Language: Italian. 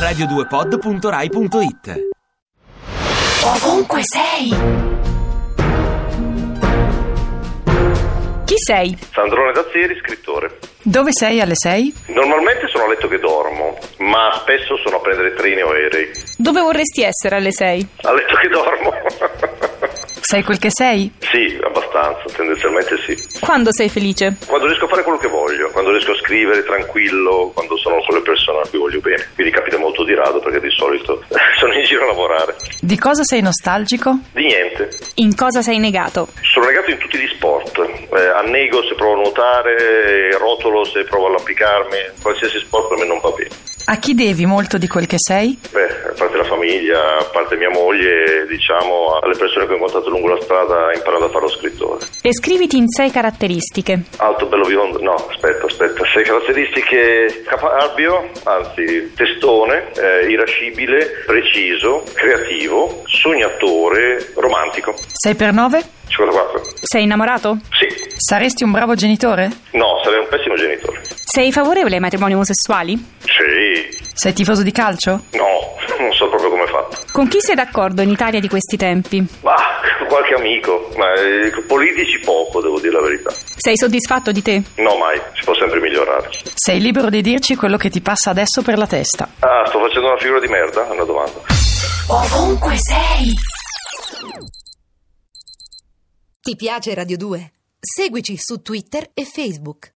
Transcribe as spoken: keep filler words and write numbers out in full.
radio due pod punto rai punto it. Ovunque sei. Chi sei? Sandrone Dazzieri, scrittore. Dove sei alle sei? Normalmente sono a letto che dormo, ma spesso sono a prendere treni o aerei. Dove vorresti essere alle sei? A letto che dormo. Sei quel che sei? Sì, abbastanza, tendenzialmente sì. Quando sei felice? Quando riesco a fare quello che voglio, quando riesco a scrivere tranquillo, quando sono con le persone a cui voglio bene. Quindi capita molto di rado perché di solito sono in giro a lavorare. Di cosa sei nostalgico? Di niente. In cosa sei negato? Sono negato in tutti gli sport. Eh, annego se provo a nuotare, rotolo se provo a arrampicarmi. Qualsiasi sport per me non va bene. A chi devi molto di quel che sei? Beh, a parte la famiglia, a parte mia moglie, diciamo, alle persone che ho incontrato lungo la strada imparando a fare lo scrittore. Descriviti in sei caratteristiche. Alto, bello, biondo, no, aspetta, aspetta, sei caratteristiche: caparbio, anzi, testone, eh, irascibile, preciso, creativo, sognatore, romantico. sei per nove? cinquantaquattro. Sei innamorato? Sì. Saresti un bravo genitore? No, sarei un pessimo genitore. Sei favorevole ai matrimoni omosessuali? Sì. Sei tifoso di calcio? No, non so proprio come è fatto. Con chi sei d'accordo in Italia di questi tempi? Ah, qualche amico, ma eh, politici poco, devo dire la verità. Sei soddisfatto di te? No, mai, si può sempre migliorare. Sei libero di dirci quello che ti passa adesso per la testa. Ah, sto facendo una figura di merda? È una domanda. Ovunque sei. Ti piace Radio due? Seguici su Twitter e Facebook.